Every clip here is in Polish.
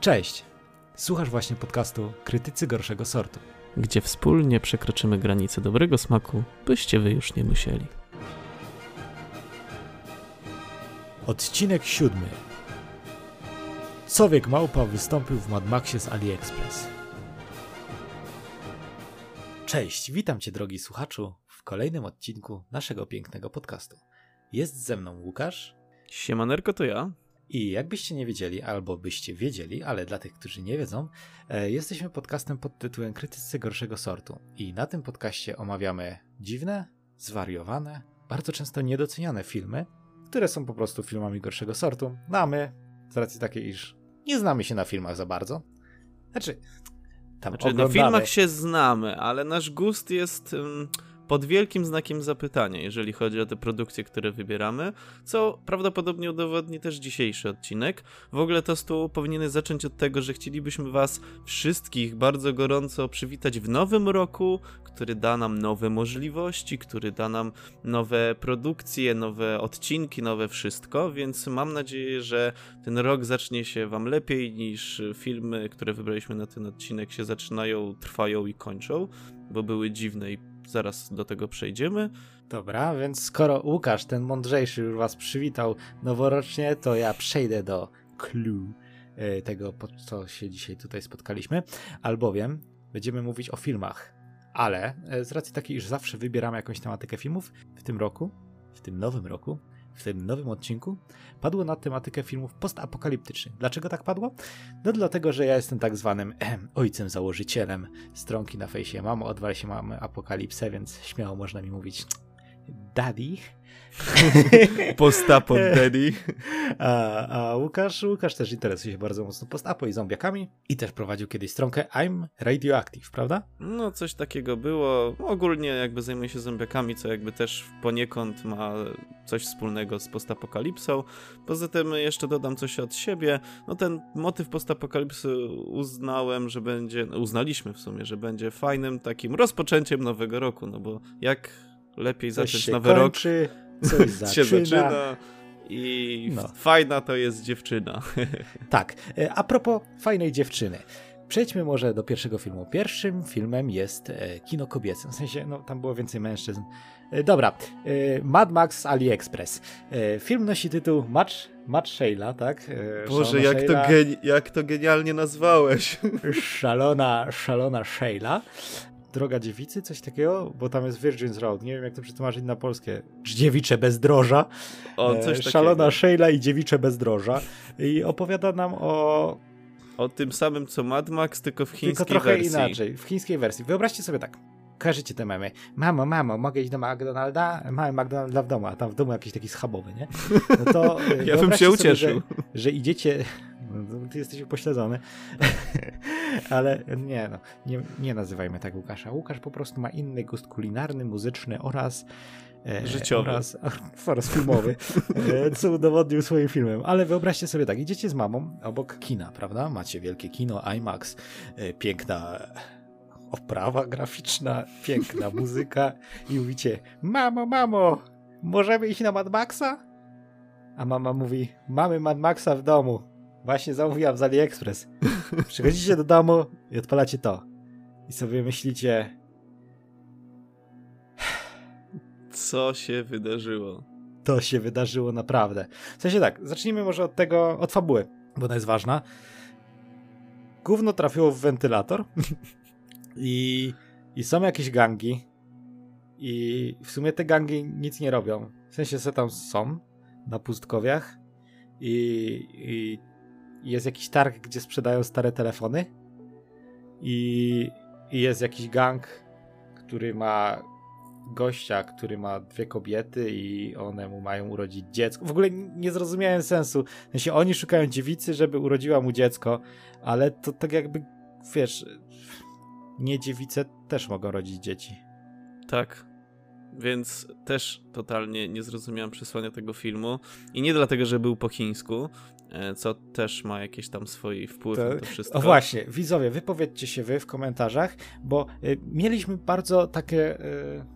Cześć! Słuchasz właśnie podcastu Krytycy Gorszego Sortu, gdzie wspólnie przekroczymy granice dobrego smaku, byście wy już nie musieli. Odcinek 7. Człowiek Małpa wystąpił w Mad Maxie z AliExpress. Cześć, witam Cię drogi słuchaczu w kolejnym odcinku naszego pięknego podcastu. Jest ze mną Łukasz. Siemanerko, to ja. I jakbyście nie wiedzieli, albo byście wiedzieli, ale dla tych, którzy nie wiedzą, jesteśmy podcastem pod tytułem Krytycy Gorszego Sortu. I na tym podcaście omawiamy dziwne, zwariowane, bardzo często niedoceniane filmy, które są po prostu filmami gorszego sortu. No a my, z racji takiej, iż nie znamy się na filmach za bardzo, na filmach się znamy, ale nasz gust jest pod wielkim znakiem zapytania, jeżeli chodzi o te produkcje, które wybieramy, co prawdopodobnie udowodni też dzisiejszy odcinek. W ogóle to stół powinien zacząć od tego, że chcielibyśmy was wszystkich bardzo gorąco przywitać w nowym roku, który da nam nowe możliwości, który da nam nowe produkcje, nowe odcinki, nowe wszystko, więc mam nadzieję, że ten rok zacznie się wam lepiej niż filmy, które wybraliśmy na ten odcinek się zaczynają, trwają i kończą, bo były dziwne i zaraz do tego przejdziemy. Dobra, więc skoro Łukasz, ten mądrzejszy, już was przywitał noworocznie, to ja przejdę do clue tego, po co się dzisiaj tutaj spotkaliśmy, albowiem będziemy mówić o filmach, ale z racji takiej, iż zawsze wybieramy jakąś tematykę filmów, w tym roku, w tym nowym roku, w tym nowym odcinku padło na tematykę filmów postapokaliptycznych. Dlaczego tak padło? No dlatego, że ja jestem tak zwanym ojcem założycielem stronki na fejsie Mamo, odwal się mamy apokalipsę, więc śmiało można mi mówić daddy. Postapo daddy. A Łukasz też interesuje się bardzo mocno postapo i zombiakami i też prowadził kiedyś stronkę I'm Radioactive, prawda? No coś takiego było. Ogólnie jakby zajmuje się zombiakami, co jakby też poniekąd ma coś wspólnego z postapokalipsą. Poza tym jeszcze dodam coś od siebie. No ten motyw postapokalipsy uznaliśmy w sumie, że będzie fajnym takim rozpoczęciem nowego roku, no bo jak lepiej zacząć nowy rok, coś się zaczyna i fajna to jest dziewczyna. Tak, a propos fajnej dziewczyny. Przejdźmy może do pierwszego filmu. Pierwszym filmem jest kino kobiece. W sensie, no tam było więcej mężczyzn. Dobra, Mad Max z AliExpress. Film nosi tytuł Match Shayla, tak? Boże, jak to genialnie nazwałeś. Szalona Shayla. Droga dziewicy, coś takiego, bo tam jest Virgin's Road. Nie wiem, jak to przetłumaczyć na polskie. Dziewicze bezdroża. Szalona Shayla i dziewicze bezdroża. I opowiada nam o tym samym, co Mad Max, tylko w chińskiej wersji. Tylko trochę wersji. inaczej, w chińskiej wersji. Wyobraźcie sobie tak. Kojarzycie te memy. Mamo, mogę iść do McDonalda? Mamy McDonalda w domu, a tam w domu jakiś taki schabowy, nie? No to ja bym się ucieszył. Że idziecie... No, ty jesteś upośledzony. Ale nie nazywajmy tak Łukasza. Łukasz po prostu ma inny gust kulinarny, muzyczny oraz życiowy. Oraz filmowy, co udowodnił swoim filmem. Ale wyobraźcie sobie tak, idziecie z mamą obok kina, prawda? Macie wielkie kino, IMAX, piękna oprawa graficzna, piękna muzyka i mówicie: Mamo, możemy iść na Mad Maxa? A mama mówi: mamy Mad Maxa w domu. Właśnie zamówiłam z AliExpress. Przychodzicie do domu i odpalacie to. I sobie myślicie: co się wydarzyło? To się wydarzyło naprawdę. W sensie tak, zacznijmy może od fabuły, bo ona jest ważna. Gówno trafiło w wentylator i są jakieś gangi i w sumie te gangi nic nie robią. W sensie se tam są na pustkowiach i jest jakiś targ, gdzie sprzedają stare telefony i jest jakiś gang, który ma gościa, który ma 2 kobiety i one mu mają urodzić dziecko. W ogóle nie zrozumiałem sensu. W sensie oni szukają dziewicy, żeby urodziła mu dziecko, ale to tak jakby, wiesz, nie dziewice też mogą rodzić dzieci. Tak. Więc też totalnie nie zrozumiałem przesłania tego filmu. I nie dlatego, że był po chińsku, co też ma jakiś tam swój wpływ na to wszystko. O właśnie, widzowie, wypowiedzcie się wy w komentarzach, bo mieliśmy bardzo takie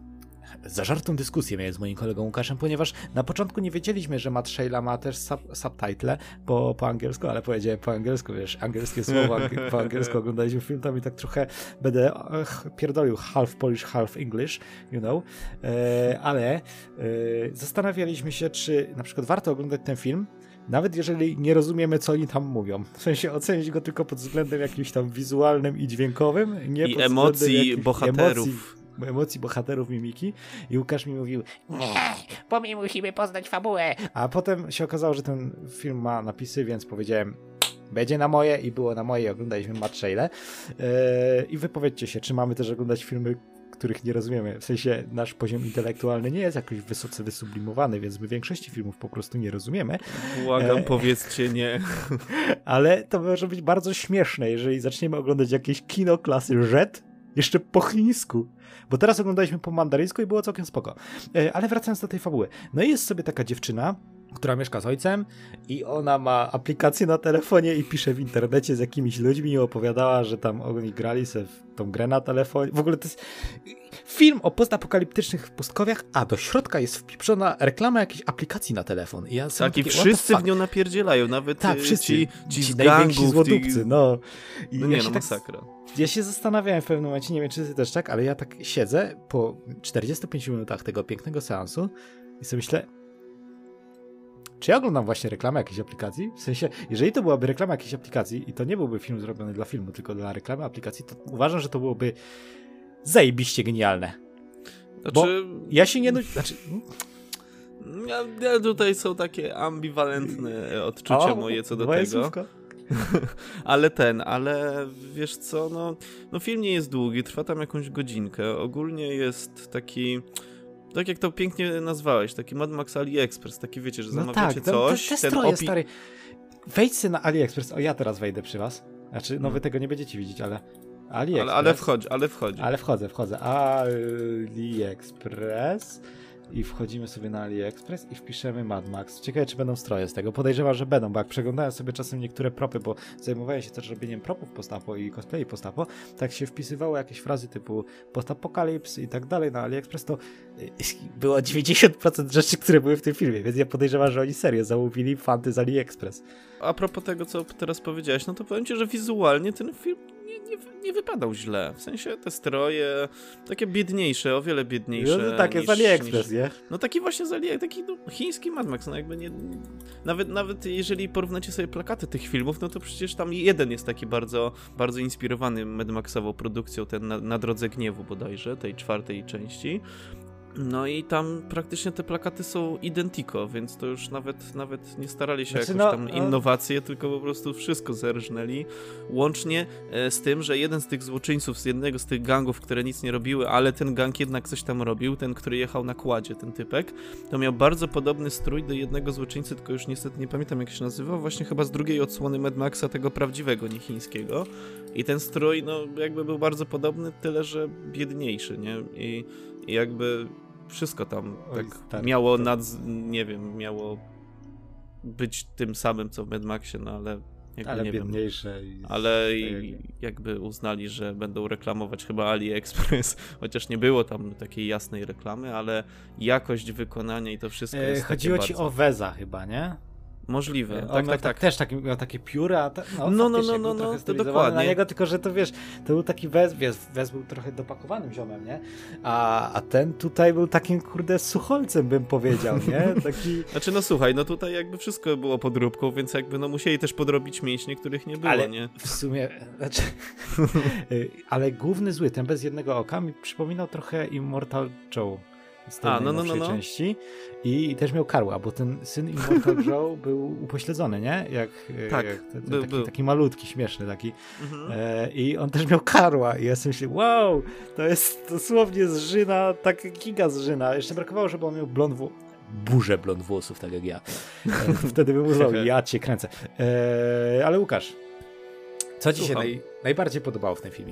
zażartą dyskusję miałem z moim kolegą Łukaszem, ponieważ na początku nie wiedzieliśmy, że Matt Shayla ma też subtitle po angielsku, ale powiedziałem po angielsku, wiesz, angielskie słowo, po angielsku oglądaliśmy film, tam i tak trochę będę pierdolił half Polish, half English, you know, ale zastanawialiśmy się, czy na przykład warto oglądać ten film, nawet jeżeli nie rozumiemy, co oni tam mówią. W sensie ocenić go tylko pod względem jakimś tam wizualnym i dźwiękowym, nie i pod emocji bohaterów. Emocji bohaterów, mimiki. I Łukasz mi mówił, Nie, bo my musimy poznać fabułę. a potem się okazało, że ten film ma napisy, więc powiedziałem, będzie na moje i było na moje i oglądaliśmy Matt Shayla. I wypowiedzcie się, czy mamy też oglądać filmy, których nie rozumiemy. W sensie nasz poziom intelektualny nie jest jakoś wysoce wysublimowany, więc my większości filmów po prostu nie rozumiemy. Błagam, powiedzcie nie. Ale to może być bardzo śmieszne, jeżeli zaczniemy oglądać jakieś kino klasy Z, jeszcze po chińsku. Bo teraz oglądaliśmy po mandaryńsku i było całkiem spoko. Ale wracając do tej fabuły. No i jest sobie taka dziewczyna, która mieszka z ojcem i ona ma aplikację na telefonie i pisze w internecie z jakimiś ludźmi i opowiadała, że tam oni grali sobie w tą grę na telefonie. W ogóle to jest film o postapokaliptycznych pustkowiach, a do środka jest wpieprzona reklama jakiejś aplikacji na telefon. I ja Tak, i wszyscy w nią napierdzielają, nawet tak, wszyscy, ci z najwięksi gangów. złodupcy, no. I No ja nie, się no tak, masakra. ja się zastanawiałem w pewnym momencie, nie wiem czy ty też tak, ale ja tak siedzę po 45 minutach tego pięknego seansu i sobie myślę, czy ja oglądam właśnie reklamę jakiejś aplikacji? W sensie, jeżeli to byłaby reklama jakiejś aplikacji i to nie byłby film zrobiony dla filmu, tylko dla reklamy aplikacji, to uważam, że to byłoby zajebiście genialne. Znaczy, bo ja się nie znaczy... Tutaj są takie ambiwalentne odczucia moje co do tego. Słówko. Ale wiesz co, no film nie jest długi, trwa tam jakąś godzinkę. Ogólnie jest taki... Tak jak to pięknie nazwałeś, taki Mad Max AliExpress, taki wiecie, że zamawiacie coś, te ten stroje, stary. Wejdź sobie na AliExpress, ja teraz wejdę przy was. Znaczy, wy tego nie będziecie widzieć, ale AliExpress. Ale wchodzi. Ale wchodzę. AliExpress i wchodzimy sobie na AliExpress i wpiszemy Mad Max. Ciekawe, czy będą stroje z tego. Podejrzewam, że będą, bo jak przeglądałem sobie czasem niektóre propy, bo zajmowałem się też robieniem propów postapo i cosplay postapo, tak się wpisywało jakieś frazy typu postapokalips i tak dalej na AliExpress, to było 90% rzeczy, które były w tym filmie, więc ja podejrzewam, że oni serio zamówili fanty z AliExpress. A propos tego, co teraz powiedziałeś, no to powiem ci, że wizualnie ten film nie wypadał źle. W sensie te stroje takie biedniejsze, o wiele biedniejsze. No to takie z AliExpress, nie? No taki właśnie z AliExpress, taki chiński Mad Max, no jakby nie... Nawet jeżeli porównacie sobie plakaty tych filmów, no to przecież tam jeden jest taki bardzo, bardzo inspirowany Mad Maxową produkcją, ten na Drodze Gniewu bodajże, tej 4. części. No i tam praktycznie te plakaty są identico, więc to już nawet nie starali się jakoś tam innowacje, tylko po prostu wszystko zerżnęli. Łącznie z tym, że jeden z tych złoczyńców, z jednego z tych gangów, które nic nie robiły, ale ten gang jednak coś tam robił, ten, który jechał na kładzie, ten typek, to miał bardzo podobny strój do jednego złoczyńcy, tylko już niestety nie pamiętam jak się nazywał, właśnie chyba z drugiej odsłony Mad Maxa, tego prawdziwego, nie chińskiego. I ten strój, no jakby był bardzo podobny, tyle że biedniejszy, nie? I jakby wszystko tam tak miało miało być tym samym, co w Mad Maxie, no ale jakby ale nie biedniejsze. Ale jakby uznali, że będą reklamować chyba AliExpress, chociaż nie było tam takiej jasnej reklamy, ale jakość wykonania i to wszystko jest chodziło takie ci bardzo... o Weza chyba, nie? Możliwe, tak. Też miał takie pióra, no, to dokładnie. Na niego, tylko że to wiesz, to był taki Wez był trochę dopakowanym ziomem, nie? A ten tutaj był takim, kurde, sucholcem, bym powiedział, nie? Taki... Znaczy, no słuchaj, no tutaj jakby wszystko było podróbką, więc jakby musieli też podrobić mięśnie, których nie było, ale nie? w sumie, znaczy... ale główny zły, ten bez jednego oka, mi przypominał trochę Immortal Joe. Z tej najnowszej części. I też miał karła, bo ten syn Immortal Joe był upośledzony, nie? Taki malutki, śmieszny taki. I on też miał karła. I ja sobie myślę, wow, to jest dosłownie zżyna, tak giga zżyna. Jeszcze brakowało, żeby on miał burzę blond włosów, tak jak ja. Wtedy bym uznał, ja cię kręcę. Ale Łukasz, co ci się najbardziej podobało w tym filmie?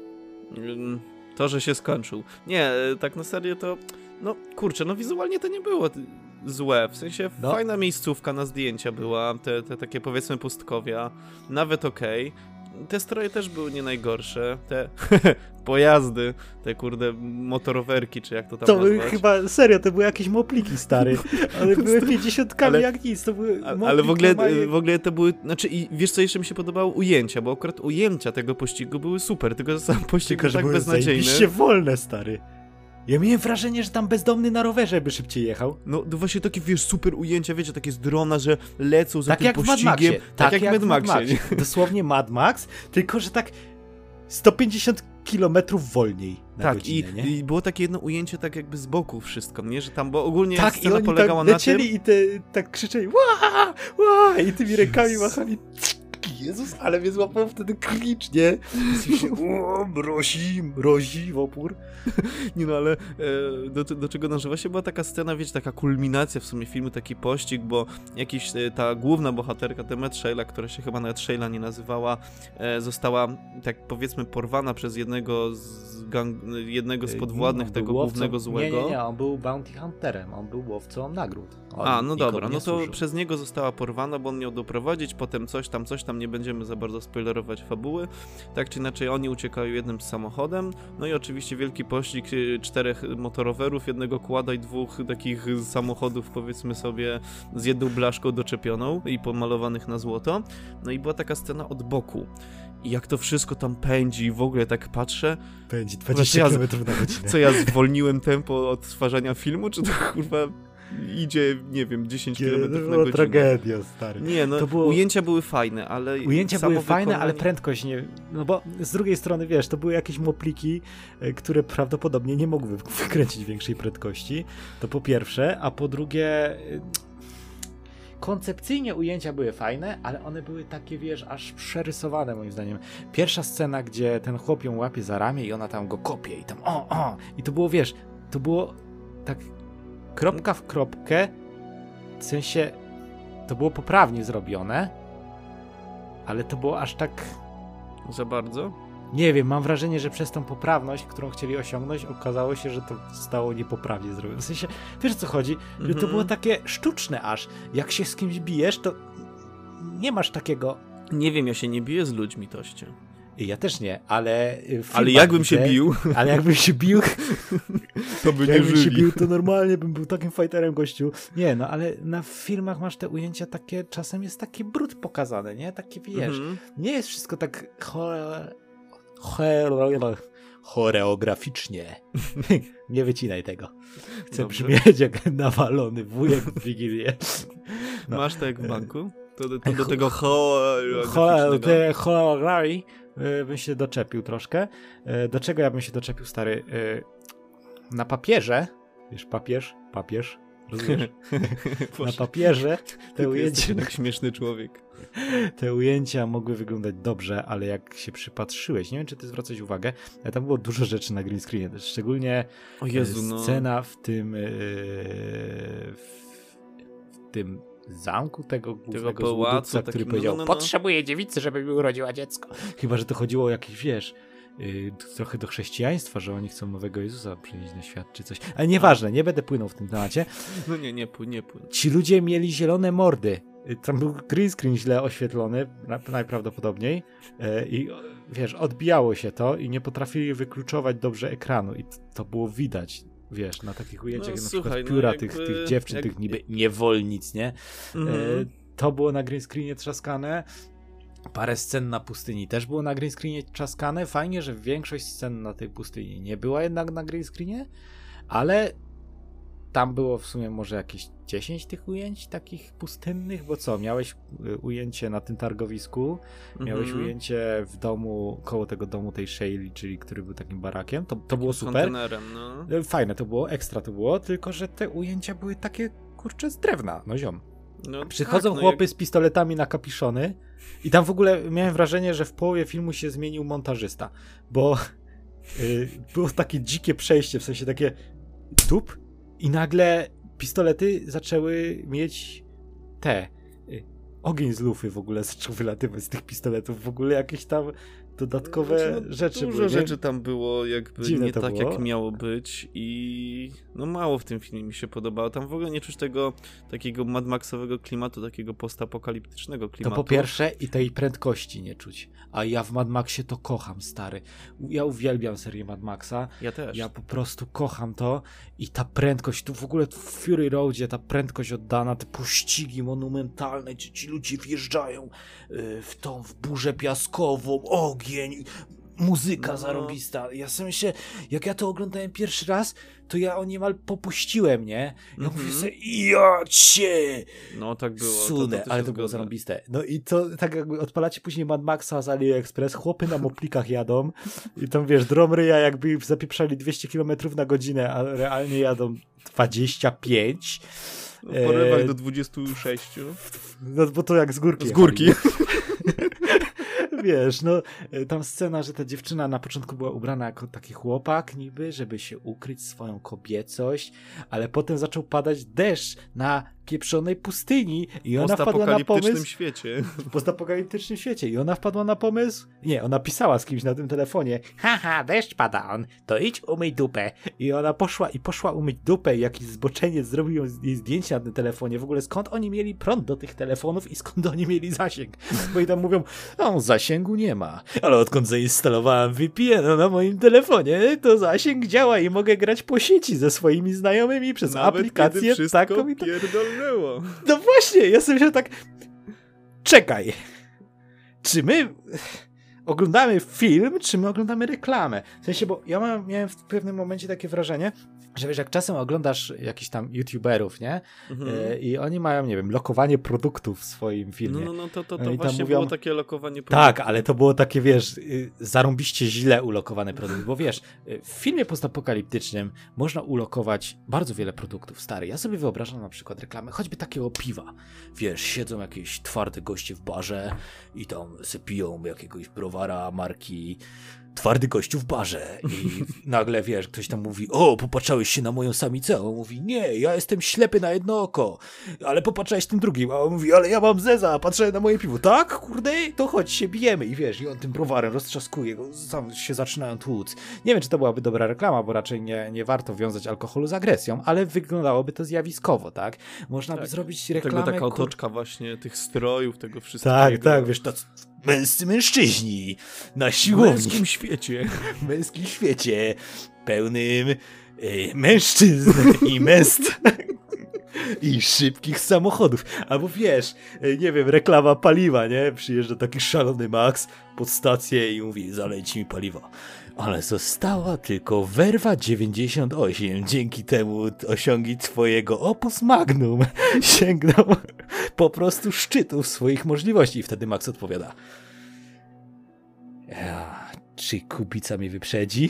To, że się skończył. Nie, tak na serio to... No kurczę, wizualnie to nie było złe, w sensie fajna miejscówka na zdjęcia była, te takie powiedzmy pustkowia, nawet okej. te stroje też były nie najgorsze. Te pojazdy, te kurde motorowerki, czy jak to tam nazwać. Były chyba, serio, to były jakieś mopliki, stary. Ale były 50-kami jak nic, to były ale w ogóle to były, znaczy i wiesz co jeszcze mi się podobało? Ujęcia, bo akurat ujęcia tego pościgu były super, tylko sam pościg był tak beznadziejny. Zajebiście wolne, stary. Ja miałem wrażenie, że tam bezdomny na rowerze by szybciej jechał. No to właśnie takie, wiesz, super ujęcia, wiecie, takie z drona, że lecą za tak tym jak pościgiem. Tak jak w Mad Maxie. Dosłownie Mad Max, tylko że tak 150 kilometrów wolniej na tak, godzinę, nie? I było takie jedno ujęcie tak jakby z boku wszystko, nie? Że tam, bo ogólnie tak, scena i oni polegała tak na lecieli tym... i tak krzyczeli ła, ła, i tymi rękami machali. Jezus, ale mnie złapał wtedy klicz, nie? Mrozi w opór. Nie no, ale do czego nażywa się była taka scena, wiecie, taka kulminacja w sumie filmu, taki pościg, bo ta główna bohaterka, Demet Shayla, która się chyba nawet Shayla nie nazywała, została, tak powiedzmy, porwana przez jednego z podwładnych tego głównego złego. Nie, on był bounty hunterem, on był łowcą nagród. No dobra, no to przez niego została porwana, bo on miał doprowadzić, potem coś tam, nie będziemy za bardzo spoilerować fabuły. Tak czy inaczej, oni uciekają jednym samochodem, no i oczywiście wielki pościg 4 motorowerów, jednego kłada i 2 takich samochodów, powiedzmy sobie, z jedną blaszką doczepioną i pomalowanych na złoto. No i była taka scena od boku. I jak to wszystko tam pędzi, w ogóle tak patrzę... Pędzi 20 km na godzinę. Co ja zwolniłem tempo odtwarzania filmu, czy to kurwa... idzie, nie wiem, 10 km na godzinę. Tragedia, stary. Nie, no ujęcia były fajne, ale... Ujęcia były fajne, ale prędkość nie... No bo z drugiej strony, wiesz, to były jakieś mopliki, które prawdopodobnie nie mogły wykręcić większej prędkości. To po pierwsze, a po drugie... Koncepcyjnie ujęcia były fajne, ale one były takie, wiesz, aż przerysowane moim zdaniem. Pierwsza scena, gdzie ten chłop ją łapie za ramię i ona tam go kopie i tam i to było, wiesz, to było tak kropka w kropkę, w sensie to było poprawnie zrobione, ale to było aż tak... Za bardzo? Nie wiem, mam wrażenie, że przez tą poprawność, którą chcieli osiągnąć, okazało się, że to zostało niepoprawnie zrobione. W sensie, wiesz o co chodzi? Że to było takie sztuczne aż. Jak się z kimś bijesz, to nie masz takiego... Nie wiem, ja się nie biję z ludźmi, Toście. Ja też nie, ale... Ale jakbym się bił... Ale jakbym się bił... to by nie jakbym żyli. się bił, to normalnie bym był takim fighterem, gościu. Nie, no ale na filmach masz te ujęcia takie... Czasem jest taki brud pokazane, nie? Takie, wiesz... Nie jest wszystko tak... choreograficznie. Nie wycinaj tego. Chcę brzmieć jak nawalony wujek w Wigilię. No. Masz tak jak w banku? To do tego choreografii bym się doczepił troszkę. Do czego ja bym się doczepił, stary? Na papierze, wiesz, papież, rozumiesz? Na papierze te ujęcia... tak śmieszny człowiek. Te ujęcia mogły wyglądać dobrze, ale jak się przypatrzyłeś, nie wiem, czy ty zwracałeś uwagę, ale tam było dużo rzeczy na green screenie, szczególnie scena w tym zamku tego głównego złodówca, który powiedział, potrzebuję dziewicy, żeby mi urodziła dziecko. Chyba, że to chodziło o jakieś, wiesz, trochę do chrześcijaństwa, że oni chcą nowego Jezusa przynieść na świat, czy coś. Ale nieważne, nie będę płynął w tym temacie. No nie płyń. Ci ludzie mieli zielone mordy. Tam był green screen źle oświetlony, najprawdopodobniej. I wiesz, odbijało się to i nie potrafili wykluczować dobrze ekranu. I to było widać, wiesz, na takich ujęciach, jak na przykład pióra tych dziewczyn, tych niby niewolnic, nie? To było na green screenie trzaskane. Parę scen na pustyni też było na green screenie trzaskane. Fajnie, że większość scen na tej pustyni nie była jednak na green screenie, ale tam było w sumie może jakieś 10 tych ujęć takich pustynnych, bo co, miałeś ujęcie na tym targowisku, miałeś ujęcie w domu, koło tego domu tej Shayli, czyli który był takim barakiem, to było super. No. Fajne to było, ekstra to było, tylko że te ujęcia były takie, kurczę, z drewna, no ziom. No, przychodzą chłopy z pistoletami na kapiszony i tam w ogóle miałem wrażenie, że w połowie filmu się zmienił montażysta, bo było takie dzikie przejście, w sensie takie tup i nagle pistolety zaczęły mieć te ogień z lufy w ogóle zaczął wylatywać z tych pistoletów, w ogóle jakieś tam dodatkowe rzeczy dużo były. rzeczy tam było jakby Dziwne nie to tak było. jak miało być i no mało w tym filmie mi się podobało. Tam w ogóle nie czuć tego takiego Mad Maxowego klimatu, takiego postapokaliptycznego To klimatu. po pierwsze i tej prędkości nie czuć. A ja w Mad Maxie to kocham, stary. Ja uwielbiam serię Mad Maxa. Ja też. Ja po prostu kocham to i ta prędkość, tu w ogóle w Fury Roadzie ta prędkość oddana, te pościgi monumentalne, gdzie ci ludzie wjeżdżają w burzę piaskową, ogień, muzyka No. zarąbista. Ja sobie myślę, jak ja to oglądałem pierwszy raz, to ja o niemal popuściłem, nie? Ja mówię sobie, ja cię No tak było. sunę, się ale to było zgodzę. zarąbiste. No i to tak jakby odpalacie później Mad Maxa z AliExpress, chłopy na moplikach jadą i tam wiesz, dromryja jakby zapieprzali 200 km na godzinę, a realnie jadą 25. No, w porywach do 26. No bo to jak z górki. Z górki. jechali. Wiesz, no tam scena, że ta dziewczyna na początku była ubrana jako taki chłopak niby, żeby się ukryć swoją kobiecość, ale potem zaczął padać deszcz na pieprzonej pustyni i ona wpadła na pomysł świecie. w postapokaliptycznym świecie i ona wpadła na pomysł, nie, ona pisała z kimś na tym telefonie, haha, deszcz pada on, to idź umyj dupę i ona poszła umyć dupę i jakiś zboczeniec zrobił jej zdjęcie na tym telefonie, w ogóle skąd oni mieli prąd do tych telefonów i skąd oni mieli zasięg, bo i tam mówią, no zasięgu nie ma, ale odkąd zainstalowałem VPN na moim telefonie, to zasięg działa i mogę grać po sieci ze swoimi znajomymi przez Nawet aplikację kiedy wszystko taką i taką. pierdolnęło. No właśnie, ja sobie myślę tak, czekaj, czy my oglądamy film, czy my oglądamy reklamę? W sensie, bo ja miałem w pewnym momencie takie wrażenie, że wiesz, jak czasem oglądasz jakichś tam youtuberów, nie? I oni mają, nie wiem, lokowanie produktów w swoim filmie. No to Oni tam właśnie mówią- było takie lokowanie Tak, ale to było takie, wiesz, zarąbiście źle ulokowany produkt, bo wiesz, w filmie postapokaliptycznym można ulokować bardzo wiele produktów, stary. Ja sobie wyobrażam na przykład reklamę, choćby takiego piwa. Wiesz, siedzą jakieś twarde goście w barze i tam se piją jakiegoś browara marki Twardy gościu w barze i nagle, wiesz, ktoś tam mówi, o, popatrzałeś się na moją samicę, a on mówi, nie, ja jestem ślepy na jedno oko, ale popatrzałeś tym drugim, a on mówi, ale ja mam zeza, patrzę na moje piwo, tak, kurde, to chodź się bijemy i wiesz, i on tym browarem roztrzaskuje go, sam się zaczynają tłuc. Nie wiem, czy to byłaby dobra reklama, bo raczej nie warto wiązać alkoholu z agresją, ale wyglądałoby to zjawiskowo, tak? Można by zrobić reklamę... Tego taka otoczka właśnie tych strojów, tego wszystkiego. Tak, wiesz, tacy mężczyźni na W siłowni. męskim świecie. W męskim świecie pełnym mężczyzn i męstw i szybkich samochodów. Albo wiesz, nie wiem, reklama paliwa, nie? Przyjeżdża taki szalony Max pod stację i mówi, zaleć mi paliwo. Ale została tylko werwa 98. Dzięki temu osiągi twojego opus magnum sięgną po prostu szczytów swoich możliwości. I wtedy Max odpowiada, czy Kubica mnie wyprzedzi?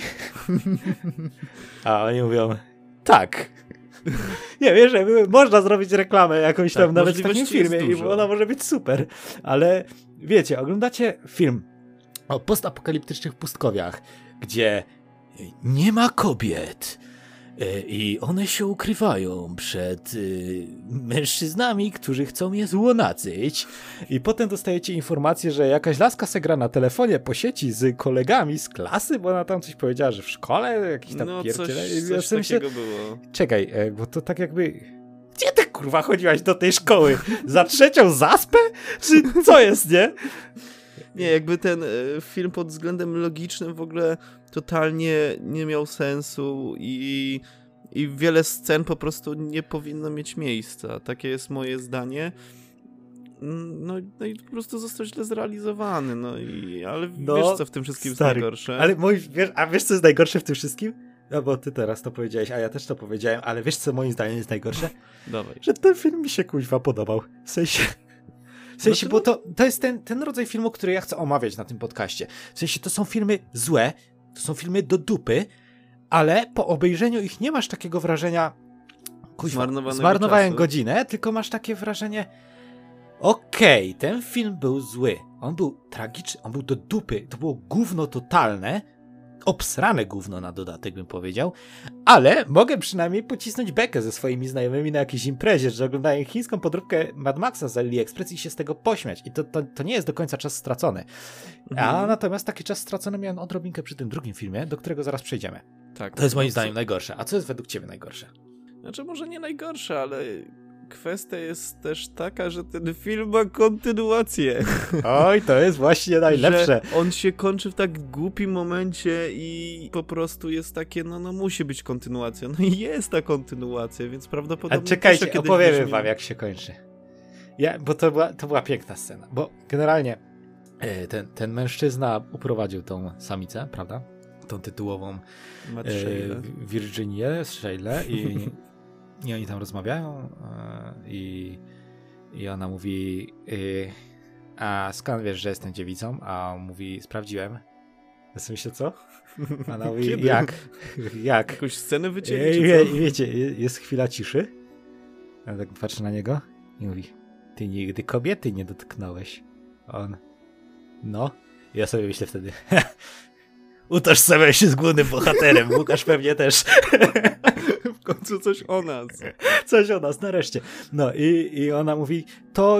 A oni mówią, tak. Nie, wiesz, można zrobić reklamę jakąś tam, Tak, nawet w takim możliwości jest filmie i dużo. ona może być super, ale wiecie, oglądacie film o postapokaliptycznych pustkowiach, gdzie nie ma kobiet i one się ukrywają przed mężczyznami, którzy chcą je złonacyć i potem dostajecie informację, że jakaś laska se gra na telefonie po sieci z kolegami z klasy, bo ona tam coś powiedziała, że w szkole jakiś tam No pierdziele. I ja coś sobie myślę, takiego było. czekaj, bo to tak jakby... Gdzie ty kurwa chodziłaś do tej szkoły? Za trzecią zaspę? Czy co jest, nie? Nie, jakby ten film pod względem logicznym w ogóle totalnie nie miał sensu i wiele scen po prostu nie powinno mieć miejsca. Takie jest moje zdanie. No i po prostu został źle zrealizowany, ale wiesz co w tym wszystkim jest najgorsze? Ale wiesz co jest najgorsze w tym wszystkim? No bo ty teraz to powiedziałeś, a ja też to powiedziałem, ale wiesz co moim zdaniem jest najgorsze? Dawaj. Że ten film mi się kuźwa podobał. W sensie, bo to jest ten rodzaj filmu, który ja chcę omawiać na tym podcaście. W sensie to są filmy złe, to są filmy do dupy, ale po obejrzeniu ich nie masz takiego wrażenia kuźwa, zmarnowałem godzinę, tylko masz takie wrażenie okej, ten film był zły, on był tragiczny, on był do dupy, to było gówno totalne, obsrane gówno na dodatek, bym powiedział, ale mogę przynajmniej pocisnąć bekę ze swoimi znajomymi na jakiejś imprezie, że oglądają chińską podróbkę Mad Maxa z AliExpress i się z tego pośmiać. I to nie jest do końca czas stracony. A natomiast taki czas stracony miałem odrobinkę przy tym drugim filmie, do którego zaraz przejdziemy. Tak. To jest moim zdaniem najgorsze. A co jest według ciebie najgorsze? Znaczy może nie najgorsze, ale kwestia jest też taka, że ten film ma kontynuację. Oj, to jest właśnie najlepsze. Że on się kończy w tak głupim momencie i po prostu jest takie, no musi być kontynuacja. No i jest ta kontynuacja, więc prawdopodobnie... A czekajcie, kiedyś opowiemy weźmie... wam, jak się kończy. Bo to była piękna scena. Bo generalnie ten mężczyzna uprowadził tą samicę, prawda? Tą tytułową Virginię Sheilę i oni tam rozmawiają i ona mówi a skąd wiesz, że jestem dziewicą? A on mówi, sprawdziłem. Ja sobie myślę, co? A ona mówi, Kiedy? jak? Jakąś scenę wycięli, I wiecie, jest chwila ciszy. Ja tak patrzę na niego i mówi, ty nigdy kobiety nie dotknąłeś. A on, no. I ja sobie myślę wtedy, utożsamiaj się z głównym bohaterem. Łukasz pewnie też. W końcu coś o nas. Coś o nas, nareszcie. No i ona mówi, to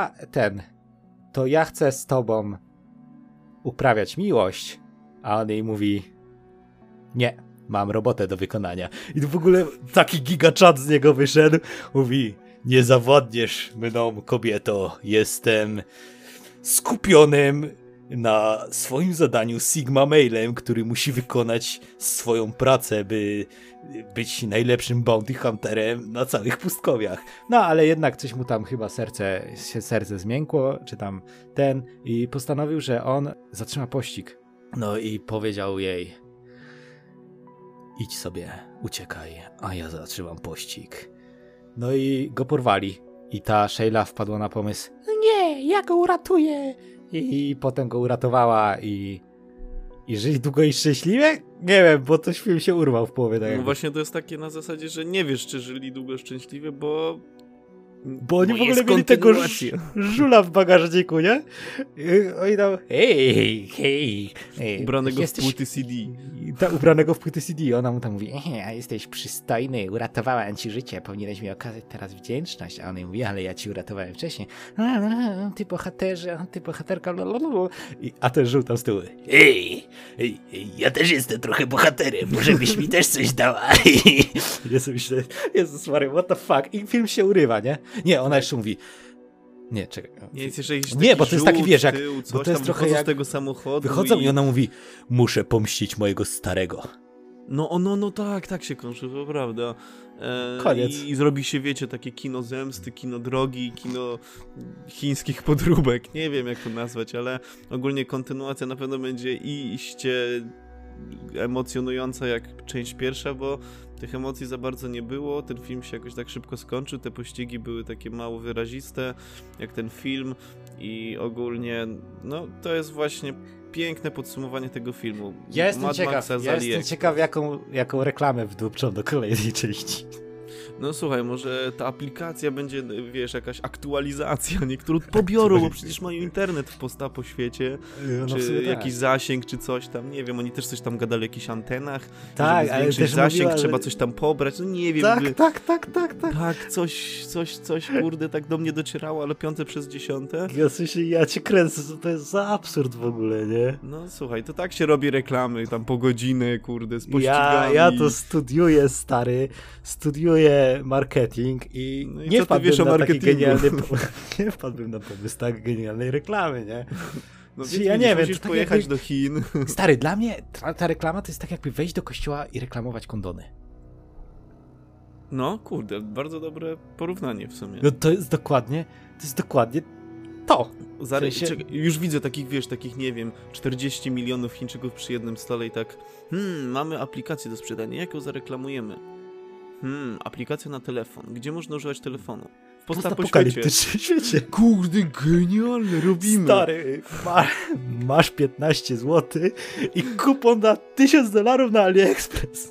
ja chcę z tobą uprawiać miłość. A on jej mówi, nie, mam robotę do wykonania. I w ogóle taki gigaczat z niego wyszedł. Mówi, nie zawodniesz mną, kobieto. Jestem skupionym na swoim zadaniu Sigma Mailem, który musi wykonać swoją pracę, by być najlepszym bounty hunterem na całych pustkowiach. No, ale jednak coś mu tam chyba serce zmiękło, czy tam i postanowił, że on zatrzyma pościg. No i powiedział jej, idź sobie, uciekaj, a ja zatrzymam pościg. No i go porwali. I ta Sheila wpadła na pomysł, nie, ja go uratuję. I potem go uratowała i żyli długo i szczęśliwie? Nie wiem, bo coś film się urwał w połowie. Tak no właśnie to jest takie na zasadzie, że nie wiesz, czy żyli długo szczęśliwie, bo oni w ogóle mieli tego żula w bagażniku, nie? Oni tam, hej. Ubranego w płyty CD. Ubranego w płyty CD. Ona mu tam mówi, a jesteś przystojny, uratowałem ci życie, powinieneś mi okazać teraz wdzięczność. A on jej mówi, ale ja ci uratowałem wcześniej. Ty bohaterka, a ten żół tam z tyłu, ja też jestem trochę bohaterem, może byś mi też coś dała. Jezus Maria, what the fuck? I film się urywa, nie? Nie, ona jeszcze mówi, nie, czekaj. Nie, bo to jest taki, wiesz, jak, bo to jest trochę jak z tego samochodu. Wychodzą i ona mówi, muszę pomścić mojego starego. No tak się kończy, to prawda. Koniec. I zrobi się, wiecie, takie kino zemsty, kino drogi, kino chińskich podróbek. Nie wiem, jak to nazwać, ale ogólnie kontynuacja na pewno będzie iście emocjonująca jak część pierwsza, bo tych emocji za bardzo nie było, ten film się jakoś tak szybko skończył, te pościgi były takie mało wyraziste, jak ten film i ogólnie, no to jest właśnie piękne podsumowanie tego filmu. Ja jestem ciekaw jaką reklamę wdupczą do kolejnej części. No słuchaj, może ta aplikacja będzie, wiesz, jakaś aktualizacja, niektórzy pobiorą, bo przecież mają internet w postapo świecie, czy jakiś zasięg, czy coś tam, nie wiem, oni też coś tam gadali o jakichś antenach, tak, żeby zwiększyć zasięg, trzeba coś tam pobrać, no nie wiem. Tak, coś, kurde, tak do mnie docierało, ale 5 przez 10. Ja cię kręcę, to jest za absurd w ogóle, nie? No słuchaj, to tak się robi reklamy, tam po godzinę, kurde, z pościgami. Ja to studiuję, stary, marketing i no nie wpadłbym na taki genialny nie wpadłbym na pomysł tak genialnej reklamy, nie? No więc ja nie wiem, musisz pojechać do Chin. Stary, dla mnie ta reklama to jest tak jakby wejść do kościoła i reklamować kondony. No, kurde, bardzo dobre porównanie w sumie. No to jest dokładnie to. Już widzę takich, wiesz, nie wiem, 40 milionów Chińczyków przy jednym stole i tak, mamy aplikację do sprzedania, jak ją zareklamujemy? Aplikacja na telefon. Gdzie można używać telefonu? W postapokaliptycznym świecie. Kurde, genialne, robimy. Stary, masz 15 zł i kupon na $1000 na AliExpress.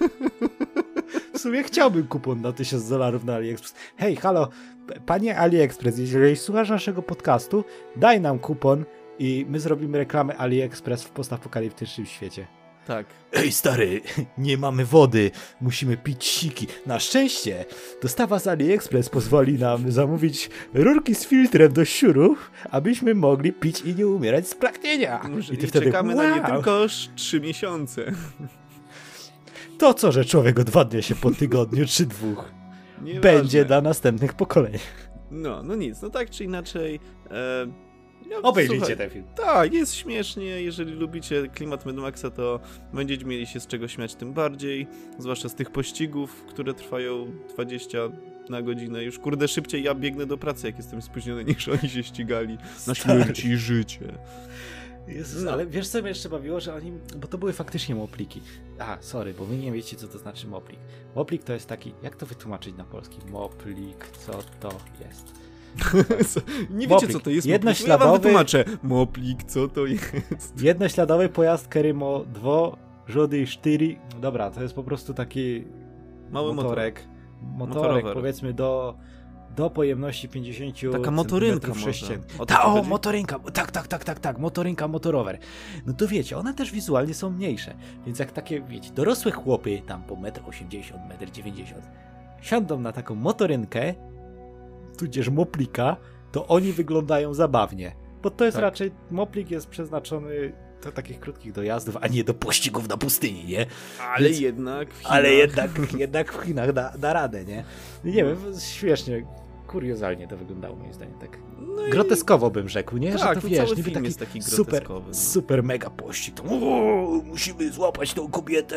W sumie chciałbym kupon na $1000 na AliExpress. Hej, halo, panie AliExpress, jeżeli słuchasz naszego podcastu, daj nam kupon i my zrobimy reklamę AliExpress w postapokaliptycznym świecie. Tak. Ej stary, nie mamy wody, musimy pić siki. Na szczęście dostawa z AliExpress pozwoli nam zamówić rurki z filtrem do siurów, abyśmy mogli pić i nie umierać z pragnienia. I ty wtedy, czekamy na nie tylko 3 miesiące. To co, że człowiek odwadnia się po tygodniu czy 2. Będzie dla następnych pokoleń. No nic, no tak czy inaczej. Obejrzyjcie ten film. Tak, jest śmiesznie. Jeżeli lubicie klimat Mad Maxa, to będziecie mieli się z czego śmiać tym bardziej. Zwłaszcza z tych pościgów, które trwają 20 na godzinę. Już kurde szybciej ja biegnę do pracy, jak jestem spóźniony, niż oni się ścigali na śmierć i życie. Jezus, no. Ale wiesz co mnie jeszcze bawiło, że oni, bo to były faktycznie mopliki. Sorry, bo wy nie wiecie co to znaczy moplik. Moplik to jest taki, jak to wytłumaczyć na polski? Moplik, co to jest? Nie moplik. Wiecie co to jest Jednośladowy... Ja wam wytłumaczę. Moplik, co to jest? Jednośladowy pojazd, który ma 2 rzody i 4. Dobra, to jest po prostu taki mały motorek, powiedzmy do pojemności 50 taka motorynka motorynka, tak, motorynka, motorower. No to wiecie, one też wizualnie są mniejsze, więc jak takie, wiecie, dorosłe chłopy, tam po 1,80 m, 1,90 m, siądą na taką motorynkę, tudzież moplika, to oni wyglądają zabawnie, bo to jest raczej, moplik jest przeznaczony do takich krótkich dojazdów, a nie do pościgów na pustyni, nie? Ale więc, jednak w Chinach. Ale jednak w Chinach da radę, nie? Nie wiem, śmiesznie, kuriozalnie to wyglądało moim zdaniem, tak groteskowo bym rzekł, nie? Tak, że to wiesz, film jest taki groteskowy. Super mega pościg, to musimy złapać tą kobietę,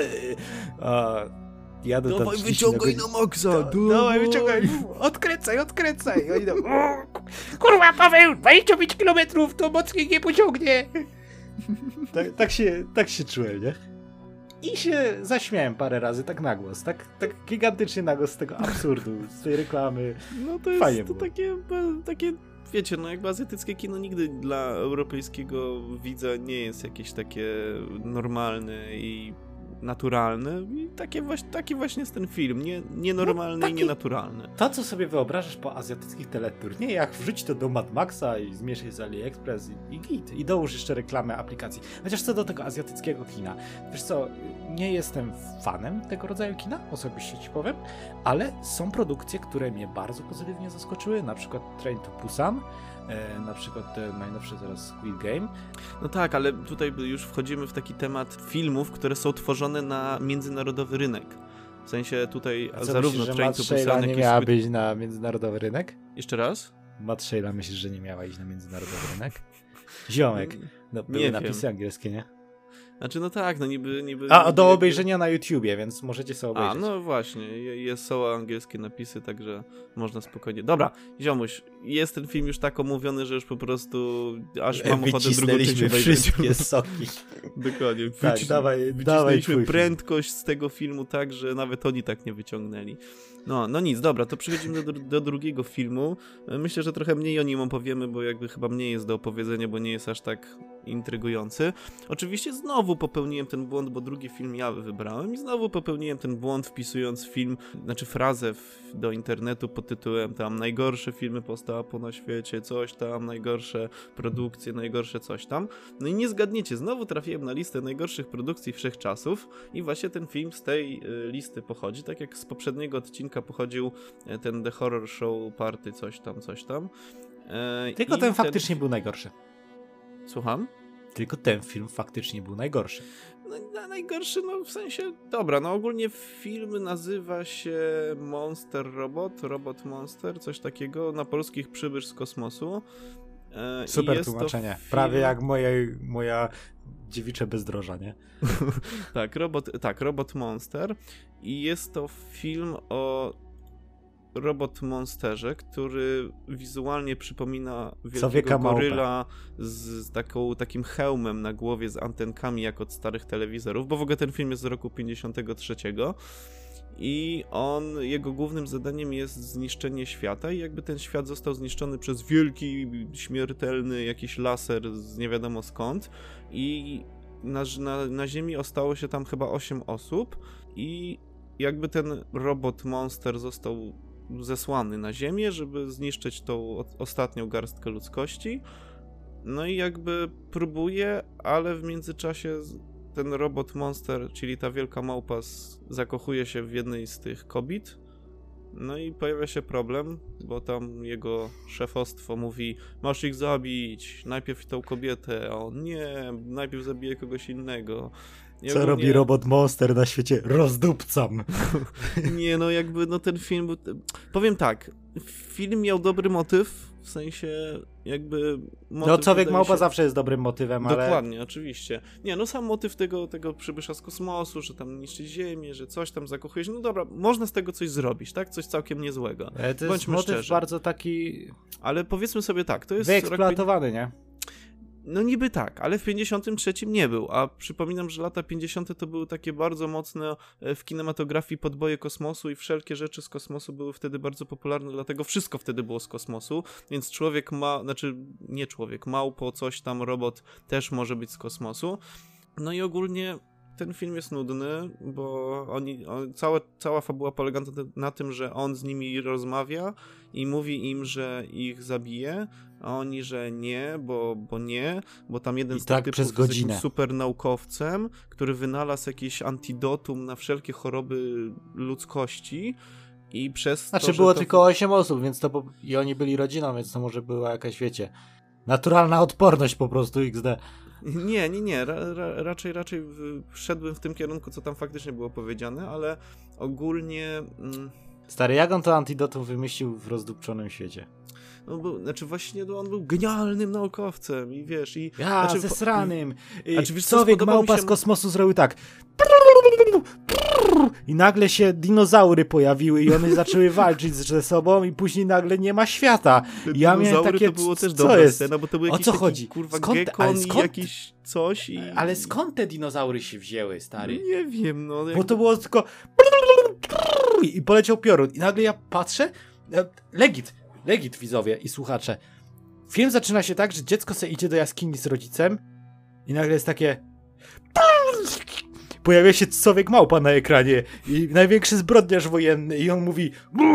jadę dawaj, wyciągaj na maksa! Dawaj, wyciągaj! Odkręcaj! Oni tam, kurwa, Paweł, 25 km to mocniej nie pociągnie! Tak się czułem, nie? I się zaśmiałem parę razy, tak na głos, tak gigantycznie na głos z tego absurdu, z tej reklamy. No to jest fajnie to takie, wiecie, no jakby azjatyckie kino nigdy dla europejskiego widza nie jest jakieś takie normalne i naturalne. I taki właśnie jest ten film, nienormalny i nienaturalny. To, co sobie wyobrażasz po azjatyckich teleturniejach, wrzuć to do Mad Maxa i zmieszaj z AliExpress i git. I dołóż jeszcze reklamę aplikacji. Chociaż co do tego azjatyckiego kina, wiesz co, nie jestem fanem tego rodzaju kina, osobiście ci powiem, ale są produkcje, które mnie bardzo pozytywnie zaskoczyły, na przykład Train to Busan, na przykład te najnowsze teraz Squid Game. No tak, ale tutaj już wchodzimy w taki temat filmów, które są tworzone na międzynarodowy rynek. W sensie tutaj zarówno myślisz, Train to Busan, jak nie i miała być na międzynarodowy rynek? Jeszcze raz? Matt Shayla myślisz, że nie miała iść na międzynarodowy rynek? Ziomek. No, były napisy angielskie, nie? Znaczy, no tak, no niby... do obejrzenia na YouTubie, więc możecie sobie obejrzeć. No właśnie, są angielskie napisy, także można spokojnie. Dobra, ziomuś, jest ten film już tak omówiony, że już po prostu aż mam ochotę drugą część obejrzeć. wszystkie soki. Dokładnie. Tak, dawaj prędkość z tego filmu tak, że nawet oni tak nie wyciągnęli. No nic, dobra, to przechodzimy do drugiego filmu. Myślę, że trochę mniej o nim opowiemy, bo jakby chyba mniej jest do opowiedzenia, bo nie jest aż tak intrygujący. Oczywiście znowu popełniłem ten błąd, bo drugi film ja wybrałem i znowu popełniłem ten błąd wpisując frazę do internetu pod tytułem tam najgorsze filmy post-apo na świecie, coś tam, najgorsze produkcje, najgorsze coś tam. No i nie zgadniecie, znowu trafiłem na listę najgorszych produkcji wszechczasów i właśnie ten film z tej listy pochodzi, tak jak z poprzedniego odcinka pochodził ten The Horror Show Party, coś tam. Tylko ten faktycznie był najgorszy. Słucham? Tylko ten film faktycznie był najgorszy. No, najgorszy, no w sensie, dobra, no ogólnie film nazywa się Robot Monster, coś takiego, na polskich Przybysz z kosmosu. Super tłumaczenie, film... prawie jak moja dziewicze bezdroża, nie? Robot Monster i jest to film o Robot Monsterze, który wizualnie przypomina wielkiego goryla z takim hełmem na głowie z antenkami jak od starych telewizorów, bo w ogóle ten film jest z roku 53 i jego głównym zadaniem jest zniszczenie świata i jakby ten świat został zniszczony przez wielki, śmiertelny jakiś laser z nie wiadomo skąd i na Ziemi ostało się tam chyba 8 osób i jakby ten Robot Monster został zesłany na Ziemię, żeby zniszczyć tą ostatnią garstkę ludzkości. No i jakby próbuje, ale w międzyczasie ten robot monster, czyli ta wielka małpa zakochuje się w jednej z tych kobiet. No i pojawia się problem, bo tam jego szefostwo mówi: masz ich zabić, najpierw tą kobietę, a on nie, najpierw zabije kogoś innego. Co robi robot monster na świecie? Rozdupcam. Nie, no jakby, no ten film był... Powiem tak, film miał dobry motyw, w sensie jakby... No człowiek małpa zawsze jest dobrym motywem, ale... Dokładnie, oczywiście. Nie, no sam motyw tego przybysza z kosmosu, że tam niszczy Ziemię, że coś tam zakochuje się, no dobra, można z tego coś zrobić, tak? Coś całkiem niezłego. To jest motyw szczerzy. Bardzo taki... Ale powiedzmy sobie tak, to jest... Wyeksploatowany, nie? No niby tak, ale w 53 nie był, a przypominam, że lata 50 to były takie bardzo mocne w kinematografii podboje kosmosu i wszelkie rzeczy z kosmosu były wtedy bardzo popularne, dlatego wszystko wtedy było z kosmosu, więc małpo, coś tam, robot też może być z kosmosu. No i ogólnie ten film jest nudny, bo cała fabuła polega na tym, że on z nimi rozmawia i mówi im, że ich zabije, a oni, że nie, bo tam jeden z tych typów jest jakimś super naukowcem, który wynalazł jakieś antidotum na wszelkie choroby ludzkości i przez to, było tylko 8 osób, więc i oni byli rodziną, więc to może była jakaś, wiecie, naturalna odporność po prostu XD. Nie. Raczej szedłem w tym kierunku, co tam faktycznie było powiedziane, ale ogólnie... Stary, jak on to antidotum wymyślił w rozdupczonym świecie? On był genialnym naukowcem i wiesz... Zesranym. Człowiek małpa z kosmosu zrobił tak. I nagle się dinozaury pojawiły i one zaczęły walczyć ze sobą i później nagle nie ma świata. Ja miałem takie, to było też dobra scena, bo to był jakiś o co chodzi? Kurwa gekon i jakiś coś i... Ale skąd te dinozaury się wzięły, stary? Nie wiem, no... Bo to było tylko... I poleciał piorun. I nagle ja patrzę... Legit, widzowie i słuchacze. Film zaczyna się tak, że dziecko se idzie do jaskini z rodzicem i nagle jest takie... Pojawia się człowiek małpa na ekranie i największy zbrodniarz wojenny i on mówi...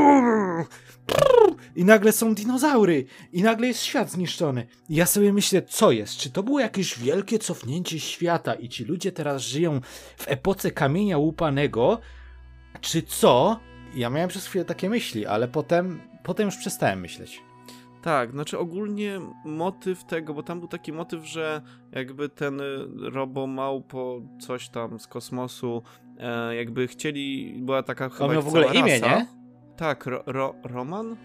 I nagle są dinozaury i nagle jest świat zniszczony. I ja sobie myślę, co jest? Czy to było jakieś wielkie cofnięcie świata i ci ludzie teraz żyją w epoce kamienia łupanego? Czy co? Ja miałem przez chwilę takie myśli, ale potem już przestałem myśleć. Tak, znaczy ogólnie motyw tego, bo tam był taki motyw, że jakby ten robo-małpo coś tam z kosmosu jakby chcieli, była taka chyba miał w ogóle imię, rasa. nie? Tak, Roman?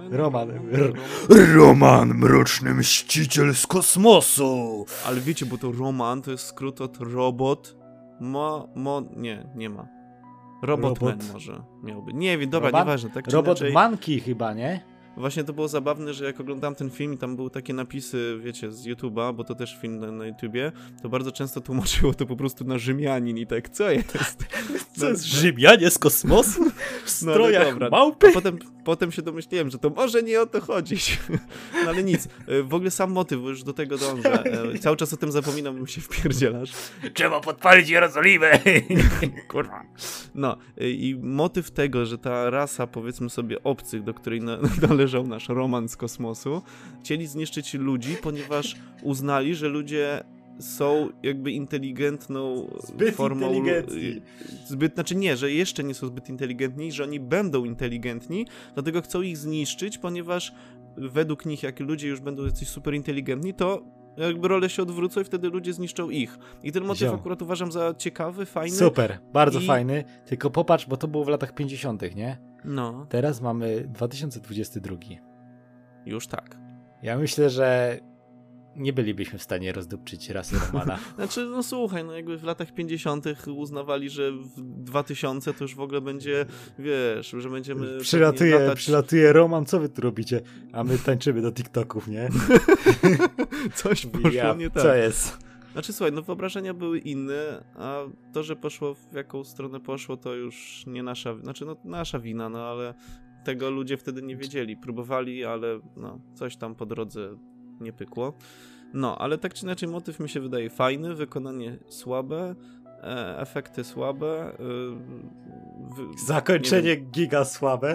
Roman, mroczny mściciel z kosmosu. Ale wiecie, bo to Roman to jest skrót od robot. Nie ma. Robotman może miałby. Nie wiem, dobra, nieważne. Tak, Robot Monkey chyba, nie? Właśnie to było zabawne, że jak oglądałem ten film i tam były takie napisy, wiecie, z YouTube'a, bo to też film na YouTubie, to bardzo często tłumaczyło to po prostu na Rzymianin i tak, co jest? Co jest Rzymianie z kosmosu? W strojach małpy? Potem się domyśliłem, że to może nie o to chodzić. No ale nic. W ogóle sam motyw, bo już do tego dążę. Cały czas o tym zapominam, bo mi się wpierdzielasz. Trzeba podpalić Jerozolimę. Kurwa. No i motyw tego, że ta rasa, powiedzmy sobie, obcych, do której należał nasz Roman z kosmosu, chcieli zniszczyć ludzi, ponieważ uznali, że ludzie są jakby inteligentną formą... Znaczy nie, że jeszcze nie są zbyt inteligentni, że oni będą inteligentni, dlatego chcą ich zniszczyć, ponieważ według nich, jak ludzie już będą jacyś super inteligentni, to jakby role się odwrócą i wtedy ludzie zniszczą ich. I ten motyw akurat uważam za ciekawy, fajny. Super, bardzo fajny, tylko popatrz, bo to było w latach 50., nie? No. Teraz mamy 2022. Już tak. Ja myślę, że nie bylibyśmy w stanie rozdupczyć rasy Romana. Znaczy, no słuchaj, no jakby w latach 50. uznawali, że w 2000 to już w ogóle będzie, wiesz, że będziemy... Przylatuje Roman, co wy tu robicie? A my tańczymy do TikToków, nie? Coś poszło nie tak. Co jest? Znaczy, słuchaj, no wyobrażenia były inne, a to, że poszło w jaką stronę poszło, to już nie nasza... Znaczy, no nasza wina, no ale tego ludzie wtedy nie wiedzieli. Próbowali, ale no coś tam po drodze nie pykło. No, ale tak czy inaczej motyw mi się wydaje fajny, wykonanie słabe, efekty słabe. Zakończenie giga słabe.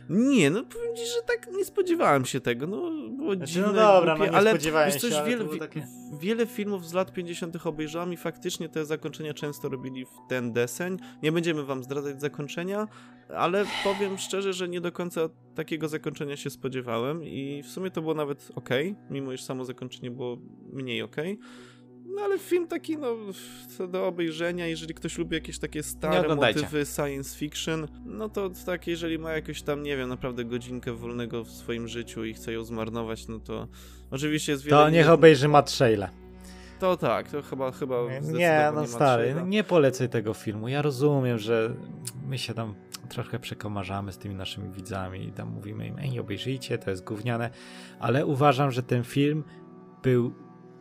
Nie, no powiem ci, że tak nie spodziewałem się tego, no było Znaczy, dziwne, no dobra, głupie, no nie ale spodziewałem wiesz, coś się, ale wiele, to było takie... wiele filmów z lat 50. obejrzałem i faktycznie te zakończenia często robili w ten deseń. Nie będziemy wam zdradzać zakończenia, ale powiem szczerze, że nie do końca takiego zakończenia się spodziewałem i w sumie to było nawet okej, mimo iż samo zakończenie było mniej okej. No ale film taki, no, do obejrzenia, jeżeli ktoś lubi jakieś takie stare motywy science fiction, no to tak, jeżeli ma jakoś tam, nie wiem, naprawdę godzinkę wolnego w swoim życiu i chce ją zmarnować, no to oczywiście jest wiele... To niech obejrzy Matt Shale. To tak, to chyba Nie, no stary, Matt nie polecaj tego filmu. Ja rozumiem, że my się tam troszkę przekomarzamy z tymi naszymi widzami i tam mówimy im, ej, obejrzyjcie, to jest gówniane, ale uważam, że ten film był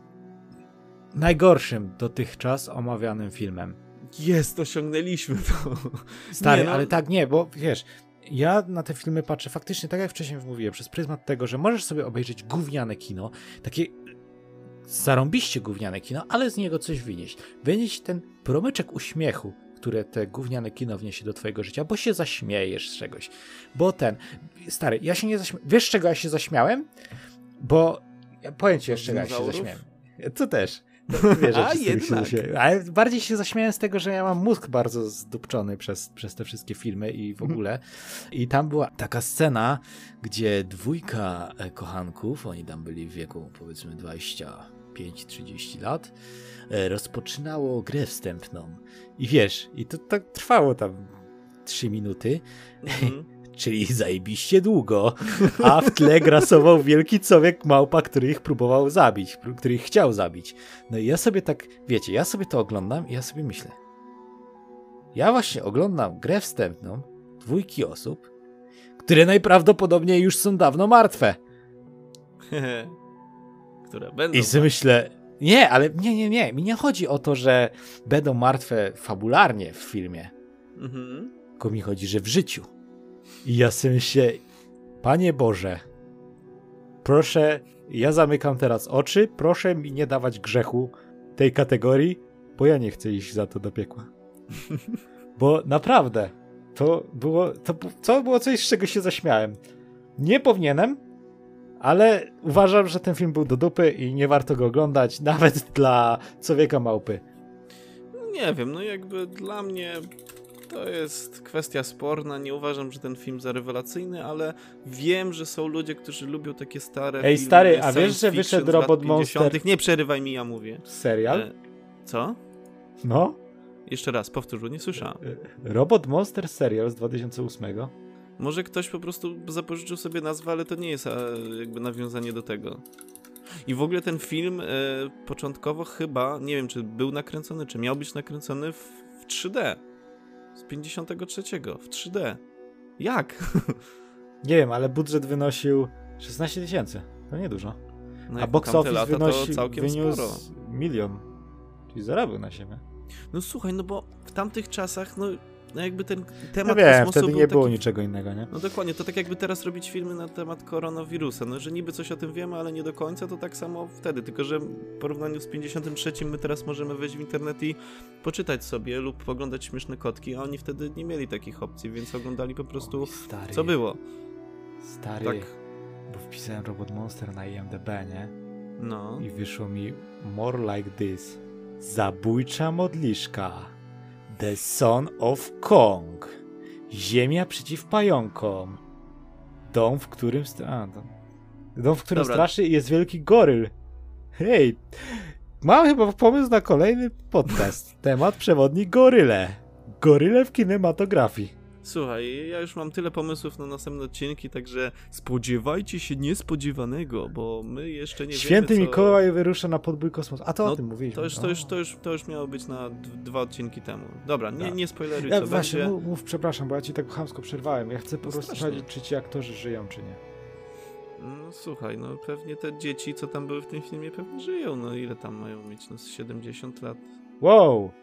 najgorszym dotychczas omawianym filmem. Jest, osiągnęliśmy to. Stary, nie, no... ale tak nie, bo wiesz, ja na te filmy patrzę faktycznie, tak jak wcześniej mówiłem, przez pryzmat tego, że możesz sobie obejrzeć gówniane kino, takie zarąbiście gówniane kino, ale z niego coś wynieść. Wynieść ten promyczek uśmiechu, które te gówniane kino wniesie do twojego życia, bo się zaśmiejesz z czegoś. Bo stary, ja się nie zaśmiałem. Wiesz, z czego ja się zaśmiałem? Bo, ja powiem ci jeszcze, jak się zaśmiałem. To też. Wiesz, ale bardziej się zaśmiałem z tego, że ja mam mózg bardzo zdupczony przez te wszystkie filmy i w ogóle. I tam była taka scena, gdzie dwójka kochanków, oni tam byli w wieku powiedzmy 25-30 lat, rozpoczynało grę wstępną. I wiesz, i to tak trwało tam 3 minuty. Czyli zajebiście długo, a w tle grasował wielki człowiek małpa, który ich próbował zabić, który ich chciał zabić. No i ja sobie tak, wiecie, ja sobie to oglądam i ja sobie myślę, ja właśnie oglądam grę wstępną 2 osób, które najprawdopodobniej już są dawno martwe. Które będą. I sobie myślę, nie, ale nie, mi nie chodzi o to, że będą martwe fabularnie w filmie, tylko mi chodzi, że w życiu. I ja sobie myślę, Panie Boże, proszę, ja zamykam teraz oczy, proszę mi nie dawać grzechu tej kategorii, bo ja nie chcę iść za to do piekła. Bo naprawdę, to było coś, z czego się zaśmiałem. Nie powinienem, ale uważam, że ten film był do dupy i nie warto go oglądać, nawet dla człowieka małpy. Nie wiem, no jakby dla mnie... To jest kwestia sporna, nie uważam, że ten film za rewelacyjny, ale wiem, że są ludzie, którzy lubią takie stare filmy. Stary, a wiesz, że wyszedł Robot Monster? Nie przerywaj mi, ja mówię. Serial? Co? No. Jeszcze raz, powtórz, nie słyszałem. Robot Monster serial z 2008. Może ktoś po prostu zapożyczył sobie nazwę, ale to nie jest jakby nawiązanie do tego. I w ogóle ten film początkowo chyba, nie wiem, czy był nakręcony, czy miał być nakręcony w 3D. Z 53 w 3D. Jak? Nie wiem, ale budżet wynosił 16 000. To niedużo. No a box office wyniósł sporo. 1 000 000. Czyli zarobił na siebie. No słuchaj, no bo w tamtych czasach, no jakby ten temat kosmosu wtedy nie było niczego innego, nie? No dokładnie, to tak jakby teraz robić filmy na temat koronawirusa, no że niby coś o tym wiemy, ale nie do końca, to tak samo wtedy, tylko że w porównaniu z 53 my teraz możemy wejść w internet i poczytać sobie lub oglądać śmieszne kotki, a oni wtedy nie mieli takich opcji, więc oglądali po prostu stary, co było. Stary, tak. Bo wpisałem Robot Monster na IMDb, nie? No. I wyszło mi More Like This. Zabójcza modliszka. The Son of Kong. Ziemia przeciw pająkom. Dom, w którym straszy jest wielki goryl. Hej, mam chyba pomysł na kolejny podcast. Temat przewodni goryle. Goryle w kinematografii. Słuchaj, ja już mam tyle pomysłów na następne odcinki, także spodziewajcie się niespodziewanego, bo my jeszcze nie Święty wiemy, Mikołaj wyrusza na podbój kosmosu. A to o tym mówiliśmy. To już miało być na 2 odcinki temu. Dobra, nie spoileruj, co właśnie, będzie. Mów, przepraszam, bo ja ci tak chamsko przerwałem. Ja chcę po prostu sprawdzić, czy ci aktorzy żyją, czy nie. No słuchaj, no pewnie te dzieci, co tam były w tym filmie, pewnie żyją. No ile tam mają mieć? No 70 lat. Wow!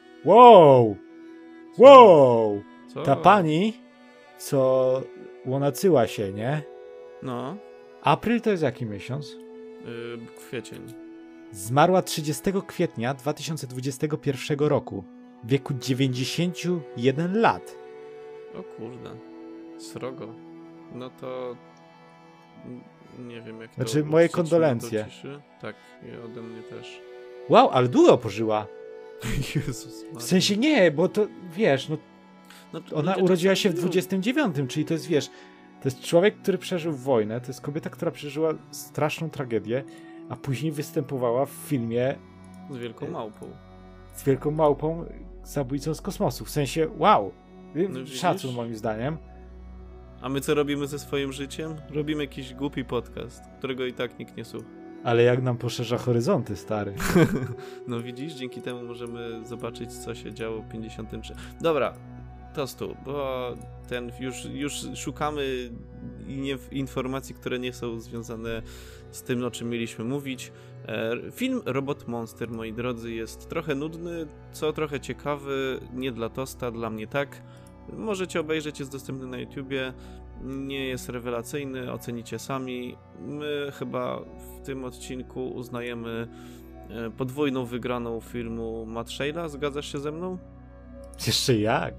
Co? Ta pani, co łonacyła się, nie? No. April to jest jaki miesiąc? Kwiecień. Zmarła 30 kwietnia 2021 roku. W wieku 91 lat. O kurde. Srogo. No to nie wiem jak Znaczy, to moje uczcić kondolencje. do ciszy. Tak, i ode mnie też. Wow, ale długo pożyła. Jezus Maria. W sensie nie, bo to, wiesz, no No, ona ludzie urodziła się w czasami 29, czyli to jest, wiesz, to jest człowiek, który przeżył wojnę, to jest kobieta, która przeżyła straszną tragedię, a później występowała w filmie z wielką małpą. z wielką małpą, zabójcą z kosmosu. W sensie, wow, No szacun widzisz? moim zdaniem. A my co robimy ze swoim życiem? Robimy jakiś głupi podcast, którego i tak nikt nie słucha. Ale jak nam poszerza horyzonty, stary. No widzisz, dzięki temu możemy zobaczyć, co się działo w 53. Dobra, Tostu, bo już szukamy informacji, które nie są związane z tym, o czym mieliśmy mówić. Film Robot Monster, moi drodzy, jest trochę nudny, co trochę ciekawy, nie dla Tosta, dla mnie tak. Możecie obejrzeć, jest dostępny na YouTubie, nie jest rewelacyjny, ocenicie sami. My chyba w tym odcinku uznajemy podwójną wygraną filmu Matt Shale'a, zgadzasz się ze mną? Jeszcze jak?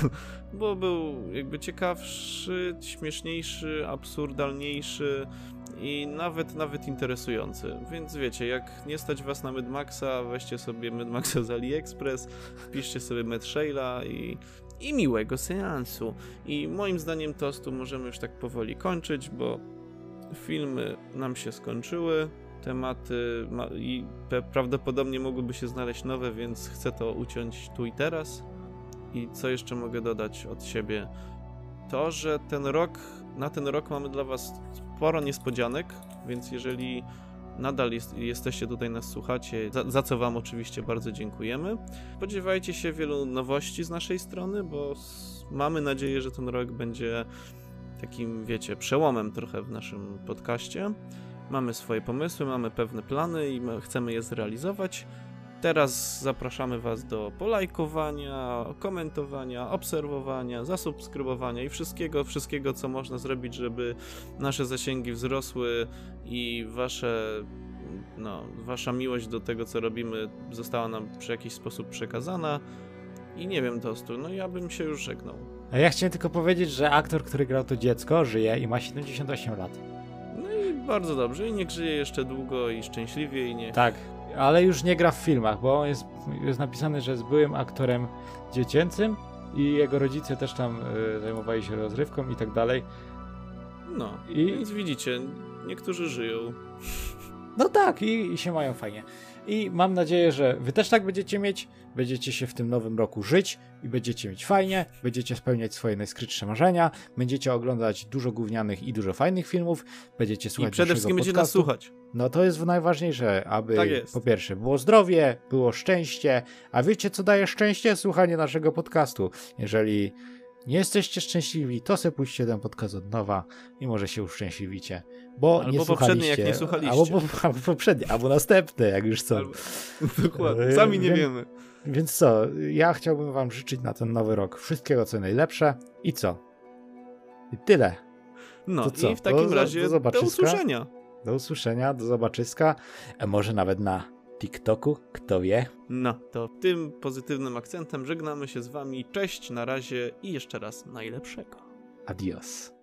Bo był jakby ciekawszy, śmieszniejszy, absurdalniejszy i nawet interesujący. Więc wiecie, jak nie stać was na Mad Maxa, weźcie sobie Mad Maxa z AliExpress, wpiszcie sobie Matt Shale'a i miłego seansu. I moim zdaniem Tostu możemy już tak powoli kończyć, bo filmy nam się skończyły, tematy i prawdopodobnie mogłyby się znaleźć nowe, więc chcę to uciąć tu i teraz. I co jeszcze mogę dodać od siebie? To, że na ten rok mamy dla was sporo niespodzianek, więc jeżeli nadal jesteście tutaj, nas słuchacie, za co wam oczywiście bardzo dziękujemy. Spodziewajcie się wielu nowości z naszej strony, bo mamy nadzieję, że ten rok będzie takim, wiecie, przełomem trochę w naszym podcaście. Mamy swoje pomysły, mamy pewne plany i chcemy je zrealizować. Teraz zapraszamy was do polajkowania, komentowania, obserwowania, zasubskrybowania i wszystkiego, co można zrobić, żeby nasze zasięgi wzrosły i wasza miłość do tego, co robimy, została nam w jakiś sposób przekazana. I nie wiem, Tostu, no ja bym się już żegnał. A ja chciałem tylko powiedzieć, że aktor, który grał to dziecko, żyje i ma 78 lat. No i bardzo dobrze, i niech żyje jeszcze długo i szczęśliwie i niech... Tak, ale już nie gra w filmach, bo jest napisane, że jest byłym aktorem dziecięcym i jego rodzice też tam zajmowali się rozrywką i tak dalej. No, I... więc widzicie, niektórzy żyją. No tak, i się mają fajnie. I mam nadzieję, że wy też tak będziecie mieć, będziecie się w tym nowym roku żyć i będziecie mieć fajnie, będziecie spełniać swoje najskrytsze marzenia, będziecie oglądać dużo gównianych i dużo fajnych filmów, będziecie słuchać I przede wszystkim będziecie nas słuchać. No to jest najważniejsze, aby Tak jest. po pierwsze było zdrowie, było szczęście, a wiecie co daje szczęście? Słuchanie naszego podcastu. Jeżeli nie jesteście szczęśliwi, to se pójście ten podcast od nowa i może się uszczęśliwicie. Bo albo nie poprzednie, słuchaliście, jak nie słuchaliście. Albo poprzednie, albo następne, jak już są. Dokładnie, sami nie wiemy. Więc co, ja chciałbym wam życzyć na ten nowy rok wszystkiego co najlepsze i co? I tyle. No to co? i w takim razie do usłyszenia. Do usłyszenia, do zobaczyska, a może nawet na TikToku, kto wie. No, to tym pozytywnym akcentem żegnamy się z wami. Cześć, na razie i jeszcze raz najlepszego. Adios.